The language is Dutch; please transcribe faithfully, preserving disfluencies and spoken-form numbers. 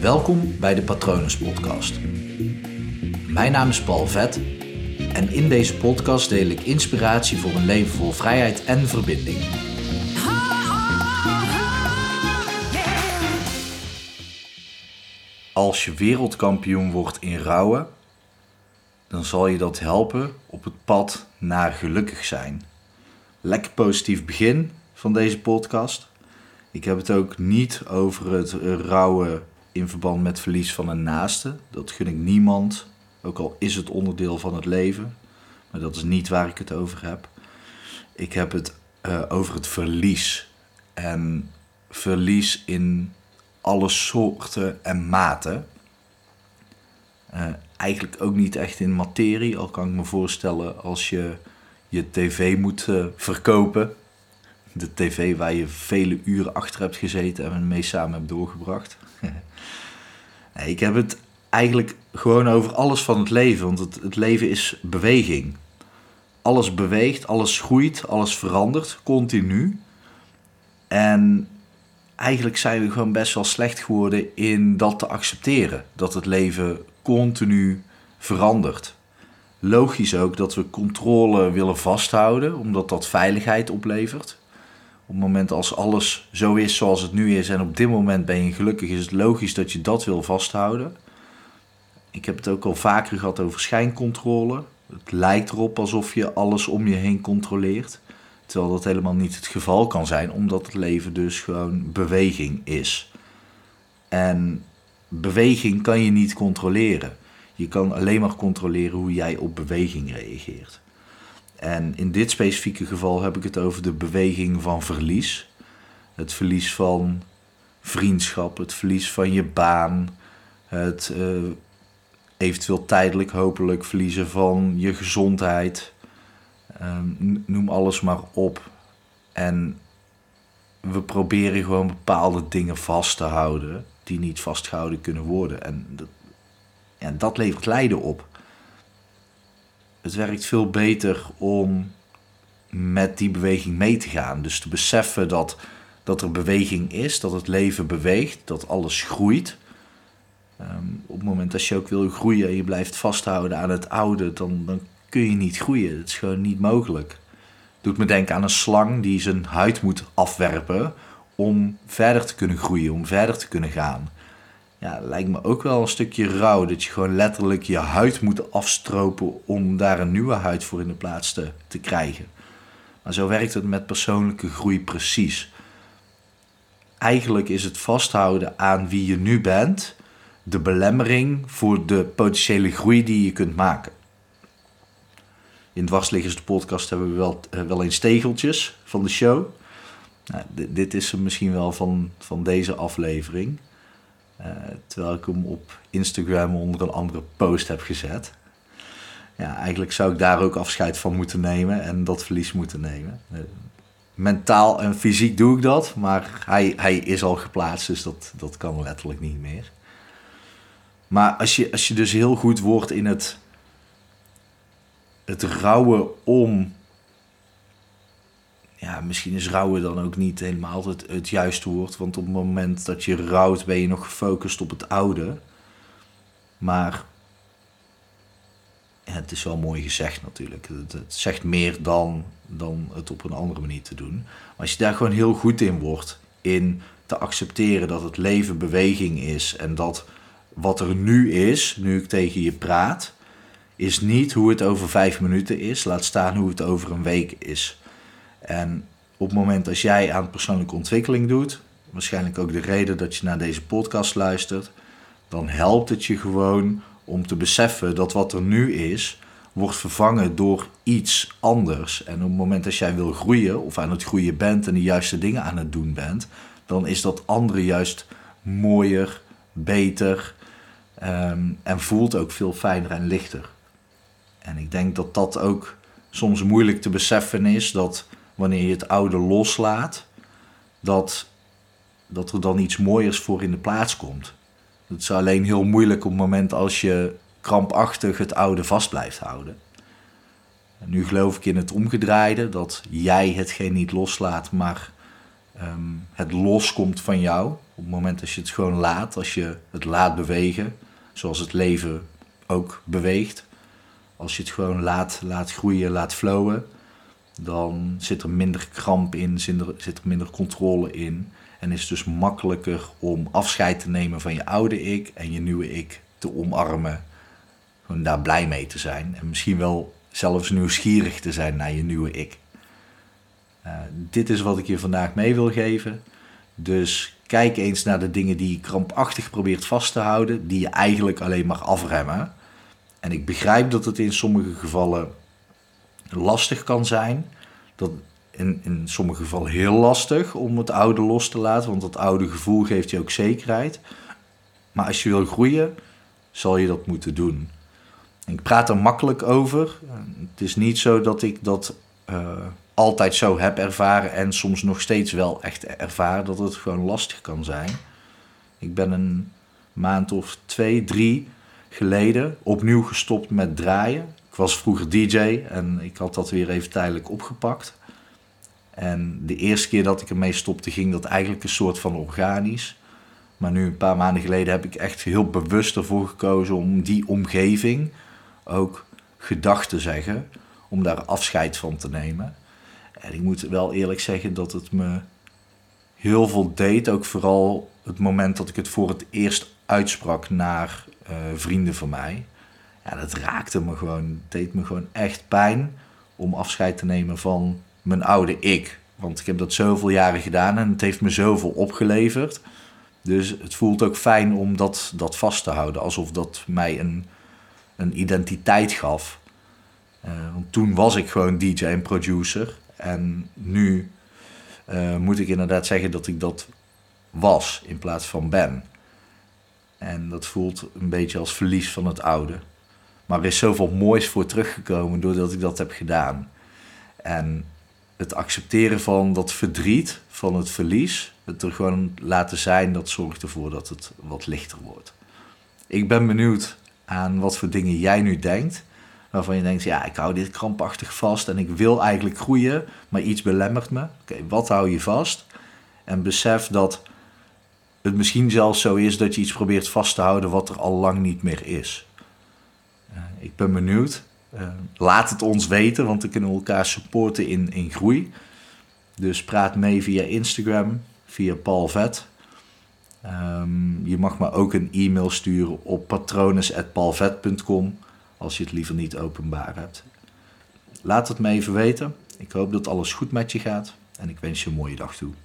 Welkom bij de Patronus Podcast. Mijn naam is Paul Vet en in deze podcast deel ik inspiratie voor een leven vol vrijheid en verbinding. Als je wereldkampioen wordt in rouwen, dan zal je dat helpen op het pad naar gelukkig zijn. Lekker positief begin van deze podcast. Ik heb het ook niet over het rouwen in verband met verlies van een naaste. Dat gun ik niemand, ook al is het onderdeel van het leven. Maar dat is niet waar ik het over heb. Ik heb het uh, over het verlies. En verlies in alle soorten en maten. Uh, eigenlijk ook niet echt in materie. Al kan ik me voorstellen als je je tv moet uh, verkopen. De tv waar je vele uren achter hebt gezeten en ermee samen hebt doorgebracht. Nee, ik heb het eigenlijk gewoon over alles van het leven. Want het, het leven is beweging. Alles beweegt, alles groeit, alles verandert, continu. En eigenlijk zijn we gewoon best wel slecht geworden in dat te accepteren. Dat het leven continu verandert. Logisch ook dat we controle willen vasthouden, omdat dat veiligheid oplevert. Op het moment als alles zo is zoals het nu is en op dit moment ben je gelukkig, is het logisch dat je dat wil vasthouden. Ik heb het ook al vaker gehad over schijncontrole. Het lijkt erop alsof je alles om je heen controleert. Terwijl dat helemaal niet het geval kan zijn, omdat het leven dus gewoon beweging is. En beweging kan je niet controleren. Je kan alleen maar controleren hoe jij op beweging reageert. En in dit specifieke geval heb ik het over de beweging van verlies. Het verlies van vriendschap, het verlies van je baan, het uh, eventueel tijdelijk hopelijk verliezen van je gezondheid. Um, noem alles maar op. En we proberen gewoon bepaalde dingen vast te houden die niet vastgehouden kunnen worden. En dat, ja, dat levert lijden op. Het werkt veel beter om met die beweging mee te gaan. Dus te beseffen dat, dat er beweging is, dat het leven beweegt, dat alles groeit. Um, op het moment dat je ook wil groeien en je blijft vasthouden aan het oude, dan, dan kun je niet groeien. Dat is gewoon niet mogelijk. Het doet me denken aan een slang die zijn huid moet afwerpen om verder te kunnen groeien, om verder te kunnen gaan. Ja, lijkt me ook wel een stukje rauw dat je gewoon letterlijk je huid moet afstropen om daar een nieuwe huid voor in de plaats te, te krijgen. Maar zo werkt het met persoonlijke groei precies. Eigenlijk is het vasthouden aan wie je nu bent de belemmering voor de potentiële groei die je kunt maken. In Dwarsliggers de podcast hebben we wel, uh, wel eens tegeltjes van de show. Nou, d- dit is er misschien wel van, van deze aflevering. Uh, terwijl ik hem op Instagram onder een andere post heb gezet. Ja, eigenlijk zou ik daar ook afscheid van moeten nemen en dat verlies moeten nemen. Uh, mentaal en fysiek doe ik dat, maar hij, hij is al geplaatst, dus dat, dat kan letterlijk niet meer. Maar als je, als je dus heel goed wordt in het, het rouwen om... Ja, misschien is rouwen dan ook niet helemaal het, het juiste woord. Want op het moment dat je rouwt ben je nog gefocust op het oude. Maar ja, het is wel mooi gezegd natuurlijk. Het, het zegt meer dan, dan het op een andere manier te doen. Maar als je daar gewoon heel goed in wordt, in te accepteren dat het leven beweging is. En dat wat er nu is, nu ik tegen je praat, is niet hoe het over vijf minuten is. Laat staan hoe het over een week is. En op het moment dat jij aan persoonlijke ontwikkeling doet, waarschijnlijk ook de reden dat je naar deze podcast luistert, dan helpt het je gewoon om te beseffen dat wat er nu is, wordt vervangen door iets anders. En op het moment dat jij wil groeien of aan het groeien bent en de juiste dingen aan het doen bent, dan is dat andere juist mooier, beter um, en voelt ook veel fijner en lichter. En ik denk dat dat ook soms moeilijk te beseffen is, dat wanneer je het oude loslaat, dat, dat er dan iets mooiers voor in de plaats komt. Het is alleen heel moeilijk op het moment als je krampachtig het oude vast blijft houden. En nu geloof ik in het omgedraaide, dat jij hetgeen niet loslaat, maar um, het loskomt van jou. Op het moment dat je het gewoon laat, als je het laat bewegen, zoals het leven ook beweegt. Als je het gewoon laat, laat groeien, laat flowen, dan zit er minder kramp in, zit er, zit er minder controle in. En is het dus makkelijker om afscheid te nemen van je oude ik en je nieuwe ik te omarmen. Gewoon daar blij mee te zijn. En misschien wel zelfs nieuwsgierig te zijn naar je nieuwe ik. Uh, dit is wat ik je vandaag mee wil geven. Dus kijk eens naar de dingen die je krampachtig probeert vast te houden, die je eigenlijk alleen maar afremmen. En ik begrijp dat het in sommige gevallen lastig kan zijn. Dat in, in sommige gevallen heel lastig om het oude los te laten, want dat oude gevoel geeft je ook zekerheid. Maar als je wil groeien, zal je dat moeten doen. Ik praat er makkelijk over. Het is niet zo dat ik dat uh, altijd zo heb ervaren en soms nog steeds wel echt ervaren dat het gewoon lastig kan zijn. Ik ben een maand of twee, drie geleden opnieuw gestopt met draaien. Ik was vroeger D J en ik had dat weer even tijdelijk opgepakt. En de eerste keer dat ik ermee stopte ging dat eigenlijk een soort van organisch. Maar nu een paar maanden geleden heb ik echt heel bewust ervoor gekozen om die omgeving ook gedag te zeggen. Om daar afscheid van te nemen. En ik moet wel eerlijk zeggen dat het me heel veel deed. Ook vooral het moment dat ik het voor het eerst uitsprak naar uh, vrienden van mij. Ja, dat raakte me gewoon. Het deed me gewoon echt pijn om afscheid te nemen van mijn oude ik. Want ik heb dat zoveel jaren gedaan en het heeft me zoveel opgeleverd. Dus het voelt ook fijn om dat, dat vast te houden. Alsof dat mij een, een identiteit gaf. Uh, want toen was ik gewoon D J en producer. En nu uh, moet ik inderdaad zeggen dat ik dat was in plaats van ben. En dat voelt een beetje als verlies van het oude. Maar er is zoveel moois voor teruggekomen doordat ik dat heb gedaan. En het accepteren van dat verdriet, van het verlies, het er gewoon laten zijn, dat zorgt ervoor dat het wat lichter wordt. Ik ben benieuwd aan wat voor dingen jij nu denkt. Waarvan je denkt, ja, ik hou dit krampachtig vast en ik wil eigenlijk groeien, maar iets belemmert me. Oké, okay, wat hou je vast? En besef dat het misschien zelfs zo is dat je iets probeert vast te houden wat er al lang niet meer is. Uh, ik ben benieuwd. Uh, laat het ons weten, want we kunnen elkaar supporten in, in groei. Dus praat mee via Instagram, via Paul Vet. Um, je mag me ook een e-mail sturen op patrones at paulvet punt com als je het liever niet openbaar hebt. Laat het me even weten. Ik hoop dat alles goed met je gaat en ik wens je een mooie dag toe.